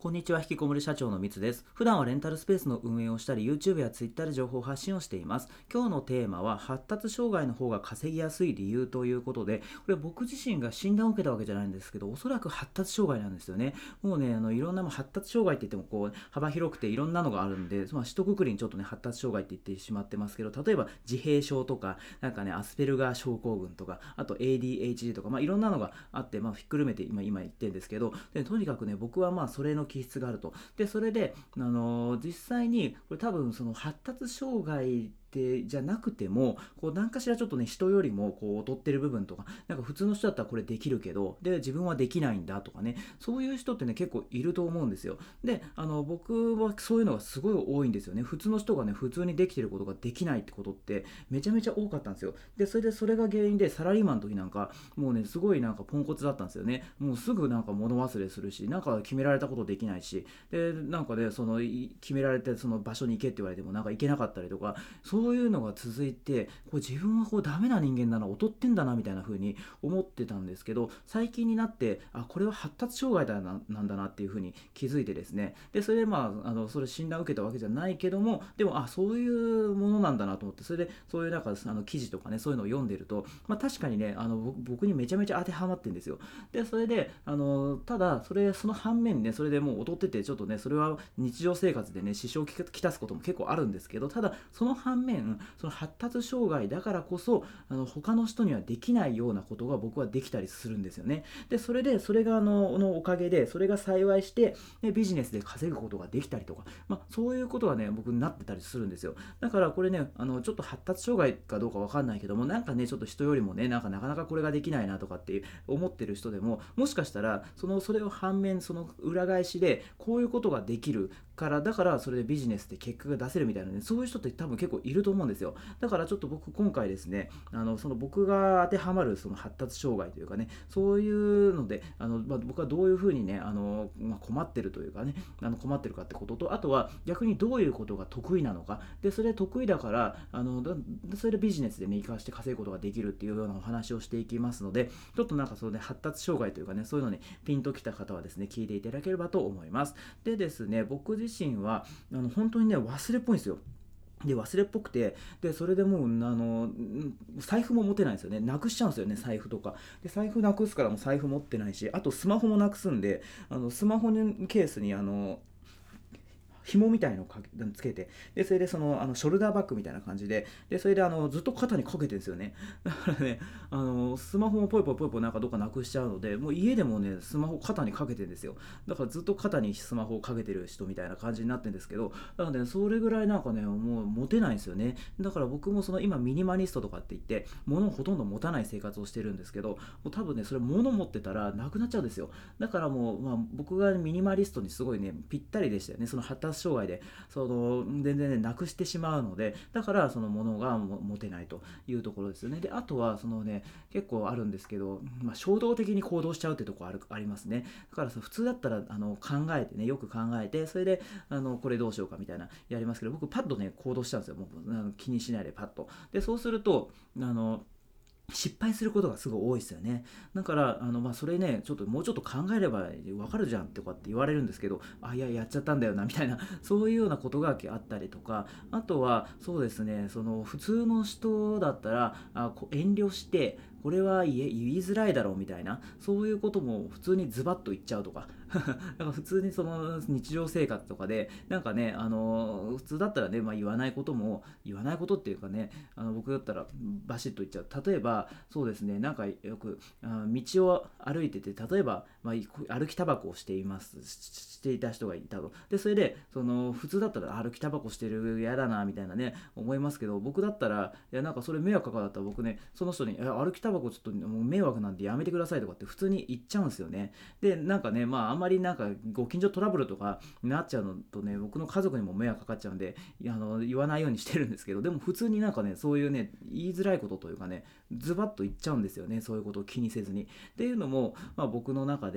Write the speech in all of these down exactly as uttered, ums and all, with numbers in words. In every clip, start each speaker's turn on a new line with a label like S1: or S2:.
S1: こんにちは、引きこもり社長のみつです。普段はレンタルスペースの運営をしたり、YouTube や Twitter で情報発信をしています。今日のテーマは、発達障害の方が稼ぎやすい理由ということで、これ僕自身が診断を受けたわけじゃないんですけど、おそらく発達障害なんですよね。もうね、あのいろんな発達障害って言ってもこう幅広くていろんなのがあるんで、まあ、一括りにちょっとね、発達障害って言ってしまってますけど、例えば自閉症とか、なんかね、アスペルガー症候群とか、あと エーディーエイチディー とか、まあ、いろんなのがあって、まあ、ひっくるめて今今言ってるんですけど、でとにかくね、僕はまあそれの気質があると。でそれで、あのー実際にこれ多分その発達障害でじゃなくてもこう何かしらちょっとね人よりもこう劣ってる部分とか、なんか普通の人だったらこれできるけどで自分はできないんだとかね、そういう人ってね結構いると思うんですよ。であの僕はそういうのがすごい多いんですよね。普通の人がね普通にできてることができないってことってめちゃめちゃ多かったんですよ。でそれでそれが原因でサラリーマンの時なんかもうねすごいなんかポンコツだったんですよね。もうすぐなんか物忘れするし、なんか決められたことできないし、でなんかねその決められてその場所に行けって言われてもなんか行けなかったりとか、そういうのが続いてこう自分はこうダメな人間だな、劣ってんだなみたいな風に思ってたんですけど、最近になってあこれは発達障害だななんだなっていう風に気づいてですね、でそれでまああのそれ診断を受けたわけじゃないけども、でもあそういうものなんだなと思って、それでそういうなんかあの記事とかねそういうのを読んでると、まあ、確かにねあの僕にめちゃめちゃ当てはまってるんですよ。でそれであのただそれその反面ね、それでもう劣っててちょっとねそれは日常生活でね支障をきたすことも結構あるんですけど、ただその反面その発達障害だからこそあの他の人にはできないようなことが僕はできたりするんですよね。でそれでそれがあののおかげでそれが幸いして、ね、ビジネスで稼ぐことができたりとか、まあ、そういうことがね僕になってたりするんですよ。だからこれねあのちょっと発達障害かどうかわかんないけども、なんかねちょっと人よりもねなんかなかなかこれができないなとかって思ってる人でも、もしかしたらそのそれを反面その裏返しでこういうことができるからだからそれでビジネスで結果が出せるみたいなね、そういう人って多分結構いると思うんですよ。だからちょっと僕今回ですね、あのその僕が当てはまるその発達障害というかね、そういうのであの、まあ、僕はどういうふうにねあの、まあ、困ってるというかね、あの困ってるかってことと、あとは逆にどういうことが得意なのかで、それ得意だからあのそれでビジネスでね生かして稼ぐことができるっていうようなお話をしていきますので、ちょっとなんかそのね発達障害というかね、そういうのにピンときた方はですね聞いていただければと思います。でですね、僕自身はあの本当にね忘れっぽいんですよ。で忘れっぽくて、でそれでもうあの財布も持てないんですよね。なくしちゃうんですよね、財布とかで。財布なくすからもう財布持ってないし、あとスマホもなくすんで、あのスマホのケースにあの紐みたいのをかけつけて、でそれでそのあのショルダーバッグみたいな感じで、でそれであのずっと肩にかけてるんですよね。だからね、あのスマホもポイポイポイポイなんかどっかなくしちゃうので、もう家でもねスマホ肩にかけてるんですよ。だからずっと肩にスマホをかけてる人みたいな感じになってるんですけど、だからねそれぐらいなんかねもう持てないんですよね。だから僕もその今ミニマリストとかって言って物をほとんど持たない生活をしてるんですけど、もう多分ねそれ物持ってたらなくなっちゃうんですよ。だからもう、まあ、僕がミニマリストにすごいねぴったりでしたよね。その発達障害でその全然ねなくしてしまうので、だからそのものが持てないというところですよね。であとはそのね結構あるんですけど、まあ、衝動的に行動しちゃうってところあるありますね。だから普通だったらあの考えてねよく考えて、それであのこれどうしようかみたいなやりますけど、僕パッとね行動しちゃうんですよ。もうあの気にしないでパッと。でそうするとあの失敗することがすごい多いですよね。だからあの、まあ、それねちょっともうちょっと考えればわかるじゃんとかって言われるんですけど、あいややっちゃったんだよなみたいなそういうようなことがあったりとか、あとはそうですね、その普通の人だったらあこ遠慮してこれは言い言いづらいだろうみたいな、そういうことも普通にズバッと言っちゃうとかだから普通にその日常生活とかでなんかねあの普通だったらね、まあ、言わないことも言わないことっていうかね、あの僕だったらバシッと言っちゃう。例えばそうですね、なんかよくあ道を歩いてて、例えば、まあ、歩きタバコをしていますしていた人がいたと。でそれでその普通だったら歩きタバコしてる嫌だなみたいなね思いますけど、僕だったらいやなんかそれ迷惑かかったら僕ねその人に歩きタバコちょっともう迷惑なんでやめてくださいとかって普通に言っちゃうんですよね。でなんかねまああんまりなんかご近所トラブルとかになっちゃうのとね、僕の家族にも迷惑かかっちゃうんであの言わないようにしてるんですけど、でも普通になんかねそういうね言いづらいことというかねズバッと言っちゃうんですよね、そういうことを気にせずに。っていうのも、まあ、僕の中で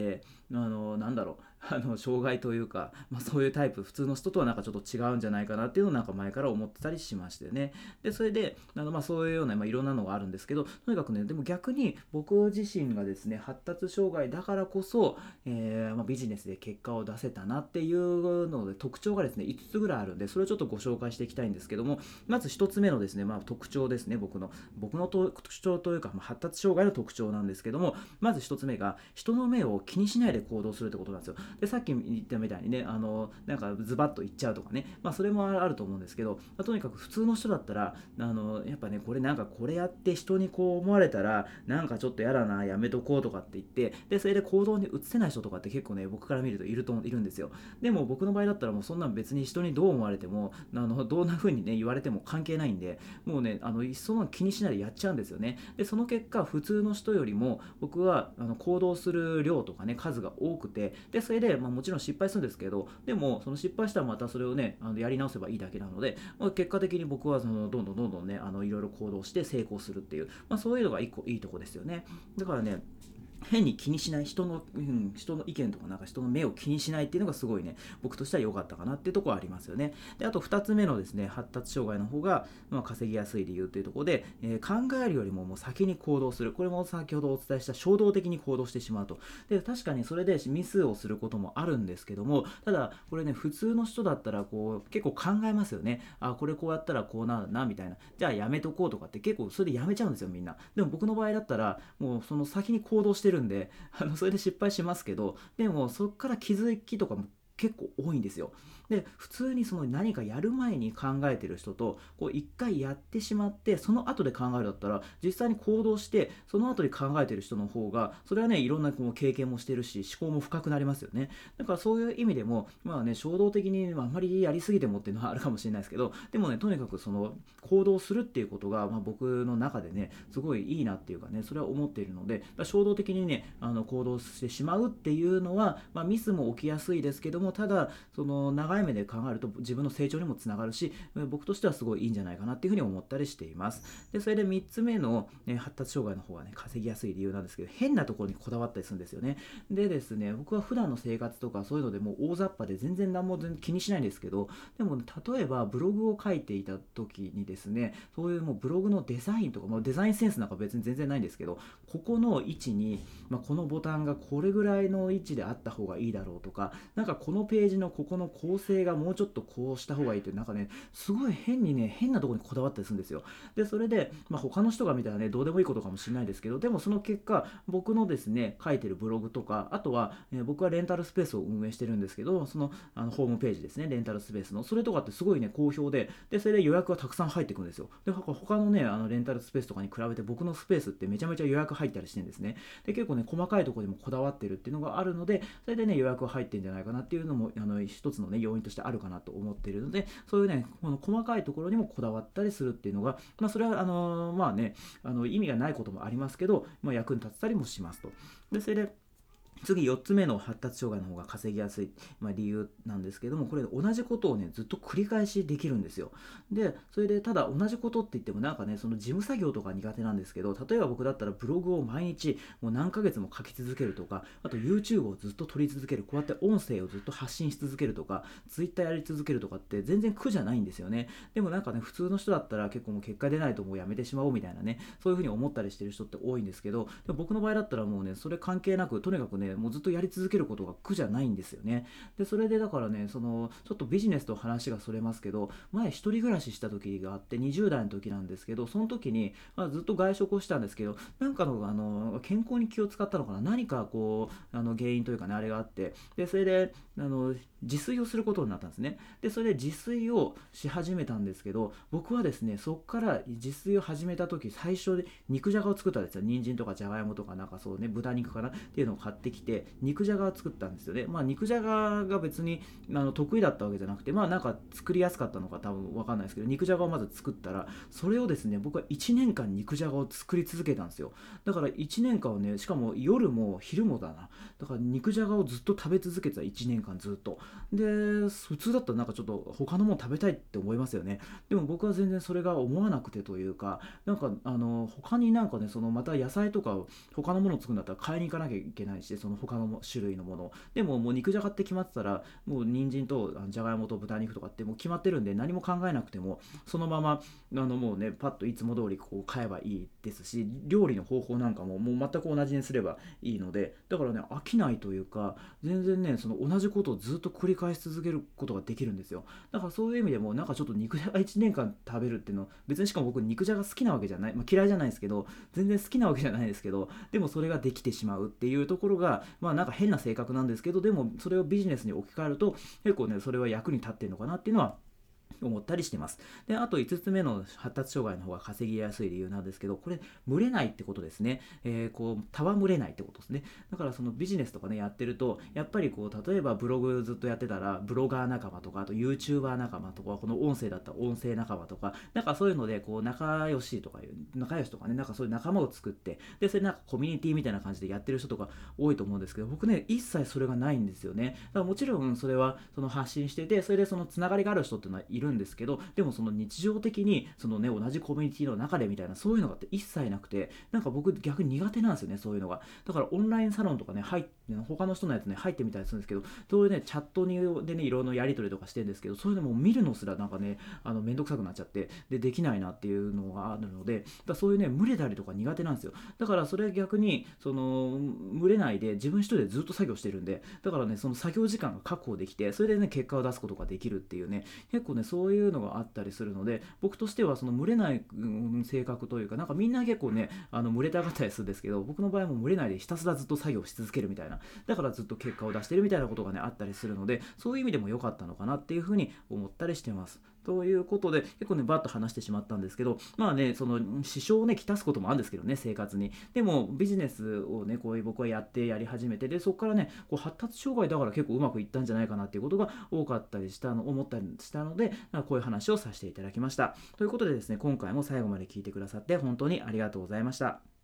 S1: あのなんだろうあの障害というか、まあ、そういうタイプ普通の人とはなんかちょっと違うんじゃないかなっていうのをなんか前から思ってたりしましてね。でそれであの、まあ、そういうような、まあ、いろんなのがあるんですけど、とにかくねでも逆に僕自身がですね発達障害だからこそ、えーまあ、ビジネスで結果を出せたなっていうので特徴がですねいつつぐらいあるんで、それをちょっとご紹介していきたいんですけども、まずひとつめのですね、まあ、特徴ですね。僕の僕の特徴というか、まあ、発達障害の特徴なんですけども、まずひとつめが人の目を気にしないで行動するってことなんですよ。でさっき言ったみたいにね、あのなんかズバッと言っちゃうとかね、まあ、それもあると思うんですけど、まあ、とにかく普通の人だったらあのやっぱねこれなんかこれやって人にこう思われたらなんかちょっとやだなやめとこうとかって言って、でそれで行動に移せない人とかって結構ね僕から見るといるといるんですよ。でも僕の場合だったらもうそんなん別に人にどう思われてもあのどんな風にね言われても関係ないんで、もうねあのその気にしないでやっちゃうんですよね。でその結果普通の人よりも僕はあの行動する量とかね数が多くて、でそれで、まあ、もちろん失敗するんですけど、でもその失敗したらまたそれをねあのやり直せばいいだけなので、まあ、結果的に僕はそのどんどんどんどんねあのいろいろ行動して成功するっていう、まあ、そういうのが一個いいとこですよね。だからね変に気にしない人の、うん、人の意見とかなんか人の目を気にしないっていうのがすごいね僕としては良かったかなっていうところはありますよね。であとふたつめのですね発達障害の方が、まあ、稼ぎやすい理由というところで、えー考えるよりももう先に行動する、これも先ほどお伝えした衝動的に行動してしまうと。で確かにそれでミスをすることもあるんですけども、ただこれね普通の人だったらこう結構考えますよね。あこれこうやったらこうなるなみたいな、じゃあやめとこうとかって結構それでやめちゃうんですよみんな。でも僕の場合だったらもうその先に行動してるんで、あのそれで失敗しますけど、でもそこから気づきとかも結構多いんですよ。で普通にその何かやる前に考えてる人とこう一回やってしまってその後で考えるだったら、実際に行動してその後に考えてる人の方がそれはねいろんなこう経験もしてるし思考も深くなりますよね。だからそういう意味でもまあね衝動的にあんまりやりすぎてもっていうのはあるかもしれないですけど、でもねとにかくその行動するっていうことが、まあ、僕の中でねすごいいいなっていうかねそれは思っているので、衝動的にねあの行動してしまうっていうのは、まあ、ミスも起きやすいですけども、ただその長い目で考えると自分の成長にもつながるし、僕としてはすごいいいんじゃないかなっていうふうに思ったりしています。でそれでみっつめの、ね、発達障害の方がね稼ぎやすい理由なんですけど、変なところにこだわったりするんですよね。でですね僕は普段の生活とかそういうのでもう大雑把で全然何も全然気にしないんですけど、でも、ね、例えばブログを書いていた時にですね、そういうもうブログのデザインとか、まあ、デザインセンスなんか別に全然ないんですけど、ここの位置に、まあ、このボタンがこれぐらいの位置であった方がいいだろうとか、なんかこのページのここの構成がもうちょっとこうした方がいいっていう、なんかねすごい変にね変なところにこだわったりするんですよ。でそれで、まあ、他の人が見たらねどうでもいいことかもしれないですけど、でもその結果僕のですね書いてるブログとか、あとは、えー僕はレンタルスペースを運営してるんですけど、そのあのホームページですね、レンタルスペースのそれとかってすごいね好評で、でそれで予約がたくさん入ってくるんですよ。で他のねあのレンタルスペースとかに比べて僕のスペースってめちゃめちゃ予約入ったりしてるんですね。で結構ね細かいところでもこだわってるっていうのがあるので、それでね予約が入ってるんじゃないかなっていうのもあの一つのね要因としてあるかなと思っているので、そういうねこの細かいところにもこだわったりするっていうのが、まあ、それはあのーまあねあの意味がないこともありますけど、まあ、役に立ったりもしますと。でそれで次よっつめの発達障害の方が稼ぎやすい、まあ、理由なんですけども、これ同じことをねずっと繰り返しできるんですよ。でそれでただ同じことって言ってもなんかねその事務作業とか苦手なんですけど、例えば僕だったらブログを毎日もう何ヶ月も書き続けるとか、あと YouTube をずっと撮り続ける、こうやって音声をずっと発信し続けるとか Twitter やり続けるとかって全然苦じゃないんですよね。でもなんかね普通の人だったら結構もう結果出ないともうやめてしまおうみたいなね、そういう風に思ったりしてる人って多いんですけど、でも僕の場合だったらもうねそれ関係なくとにかくねもうずっとやり続けることが苦じゃないんですよね。でそれでだからねそのちょっとビジネスと話がそれますけど、前一人暮らしした時があってにじゅう代の時なんですけど、その時に、まあ、ずっと外食をしたんですけど、なんかのあの健康に気を使ったのかな、何かこうあの原因というかねあれがあって、でそれであの自炊をすることになったんですね。でそれで自炊をし始めたんですけど、僕はですねそこから自炊を始めた時最初で肉じゃがを作ったんですよ。人参とかじゃがいもとかなんかそうね豚肉かなっていうのを買ってきて肉じゃがを作ったんですよね。まあ肉じゃがが別にあの得意だったわけじゃなくて、まあなんか作りやすかったのか多分わかんないですけど、肉じゃがをまず作ったら、それをですね僕はいちねんかん肉じゃがを作り続けたんですよ。だからいちねんかんをね、しかも夜も昼もだな、だから肉じゃがをずっと食べ続けてたいちねんかんずっと。で普通だったらなんかちょっと他のもの食べたいって思いますよね。でも僕は全然それが思わなくてというか、なんかあの他になんかねそのまた野菜とか他のものを作るんだったら買いに行かなきゃいけないし、そその他の種類のものでも、もう肉じゃがって決まってたら、もう人参とあのじゃがいもと豚肉とかってもう決まってるんで、何も考えなくてもそのままあのもうねパッといつも通りこう買えばいいですし、料理の方法なんかももう全く同じにすればいいので、だからね飽きないというか、全然ねその同じことをずっと繰り返し続けることができるんですよ。だからそういう意味でもなんかちょっと肉じゃがいちねんかん食べるっていうの、別にしかも僕肉じゃが好きなわけじゃない、まあ、嫌いじゃないですけど、全然好きなわけじゃないですけど、でもそれができてしまうっていうところが、まあなんか変な性格なんですけど、でもそれをビジネスに置き換えると結構ねそれは役に立ってるのかなっていうのは思ったりしてます。で、あといつつめの発達障害の方が稼ぎやすい理由なんですけど、これ群れないってことですね。えー、こう戯れないってことですね。だからそのビジネスとかねやってると、やっぱりこう例えばブログずっとやってたらブロガー仲間とか、あと YouTuber 仲間とか、この音声だったら音声仲間とか、なんかそういうのでこう仲良しとかいう仲良しとかね、なんかそういう仲間を作って、でそれなんかコミュニティみたいな感じでやってる人とか多いと思うんですけど、僕ね一切それがないんですよね。だからもちろんそれはその発信してて、それでそのつながりがある人っていうのはいるんですけど、でもその日常的にそのね同じコミュニティの中でみたいな、そういうのがって一切なくて、なんか僕逆に苦手なんですよね、そういうのが。だからオンラインサロンとかね入って他の人のやつね入ってみたりするんですけど、そういうねチャットにでねいろいろやり取りとかしてるんですけど、そういうのも見るのすらなんかねあのめんどくさくなっちゃって、でできないなっていうのがあるので、だからそういうね群れたりとか苦手なんですよ。だからそれ逆にその群れないで自分一人でずっと作業してるんで、だからねその作業時間が確保できて、それでね結果を出すことができるっていうね、結構ねそういうのがあったりするので、僕としてはその群れない、うん、性格というか、なんかみんな結構ねあの群れたがったりするんですけど、僕の場合も群れないでひたすらずっと作業し続けるみたいな、だからずっと結果を出してるみたいなことがねあったりするので、そういう意味でも良かったのかなっていうふうに思ったりしてます。ということで結構ねバッと話してしまったんですけど、まあねその支障をねきたすこともあるんですけどね、生活に。でもビジネスをねこういう僕はやってやり始めて、でそこからねこう発達障害だから結構うまくいったんじゃないかなっていうことが多かったりしたの思ったりしたので、こういう話をさせていただきました。ということでですね、今回も最後まで聞いてくださって本当にありがとうございました。